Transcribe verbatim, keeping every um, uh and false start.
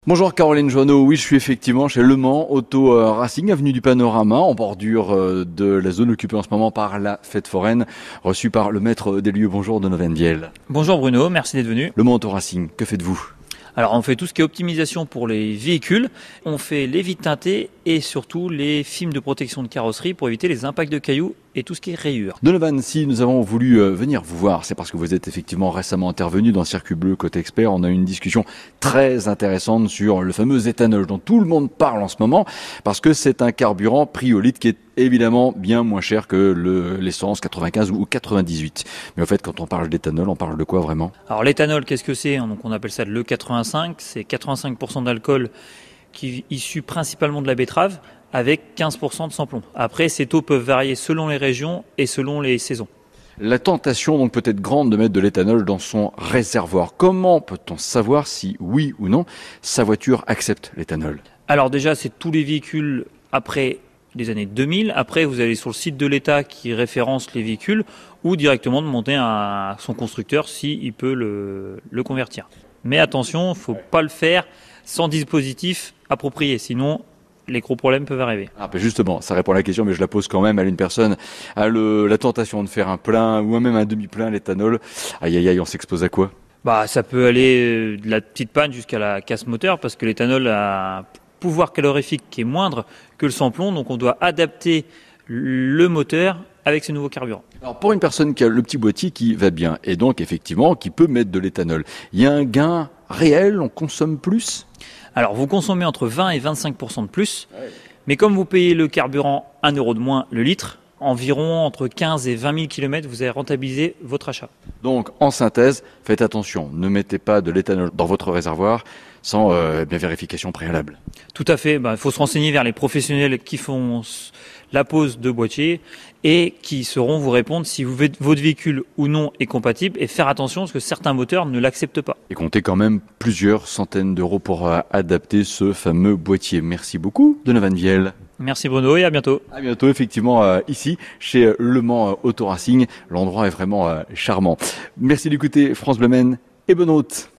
Bonjour Caroline Joanneau, oui je suis effectivement chez Le Mans Auto Racing, avenue du Panorama, en bordure de la zone occupée en ce moment par la fête foraine, reçue par le maître des lieux. Bonjour Donovan Viel. Bonjour Bruno, merci d'être venu. Le Mans Auto Racing, que faites-vous ? Alors on fait tout ce qui est optimisation pour les véhicules, on fait les vitres teintées et surtout les films de protection de carrosserie pour éviter les impacts de cailloux et tout ce qui est rayures. Donovan, si nous avons voulu euh, venir vous voir, c'est parce que vous êtes effectivement récemment intervenu dans Circuit Bleu Côté Expert. On a eu une discussion très intéressante sur le fameux éthanol dont tout le monde parle en ce moment, parce que c'est un carburant prix au litre qui est évidemment bien moins cher que le, l'essence quatre-vingt-quinze ou quatre-vingt-dix-huit. Mais en fait, quand on parle d'éthanol, on parle de quoi vraiment ? Alors l'éthanol, qu'est-ce que c'est ? Donc on appelle ça le quatre-vingt-cinq, c'est quatre-vingt-cinq pour cent d'alcool qui est issu principalement de la betterave, avec quinze pour cent de sans-plomb. Après, ces taux peuvent varier selon les régions et selon les saisons. La tentation donc peut être grande de mettre de l'éthanol dans son réservoir. Comment peut-on savoir si oui ou non sa voiture accepte l'éthanol ? Alors déjà, c'est tous les véhicules après les années deux mille. Après, vous allez sur le site de l'État qui référence les véhicules ou directement demander à son constructeur s'il peut le, le convertir. Mais attention, il ne faut pas le faire sans dispositif approprié, sinon les gros problèmes peuvent arriver. Ah, ben justement, ça répond à la question, mais je la pose quand même à une personne. A le, la tentation de faire un plein ou même un demi-plein l'éthanol. Aïe aïe aïe, on s'expose à quoi ? Bah, ça peut aller de la petite panne jusqu'à la casse moteur parce que l'éthanol a un pouvoir calorifique qui est moindre que le sans-plomb, donc on doit adapter le moteur avec ce nouveau carburant. Alors pour une personne qui a le petit boîtier qui va bien et donc effectivement qui peut mettre de l'éthanol, il y a un gain réel, on consomme plus ? Alors vous consommez entre vingt et vingt-cinq pour cent de plus, mais comme vous payez le carburant un euro de moins le litre, environ entre quinze et vingt mille kilomètres, vous allez rentabiliser votre achat. Donc en synthèse, faites attention, ne mettez pas de l'éthanol dans votre réservoir sans euh, bien vérification préalable. Tout à fait, bah, il faut se renseigner vers les professionnels qui font la pose de boîtier et qui sauront vous répondre si vous, votre véhicule ou non est compatible et faire attention parce que certains moteurs ne l'acceptent pas. Et comptez quand même plusieurs centaines d'euros pour euh, adapter ce fameux boîtier. Merci beaucoup, Donovan Viel. Merci Bruno et à bientôt. À bientôt, effectivement, euh, ici, chez Le Mans Auto Racing. L'endroit est vraiment euh, charmant. Merci d'écouter France Bleu Maine et bonne route.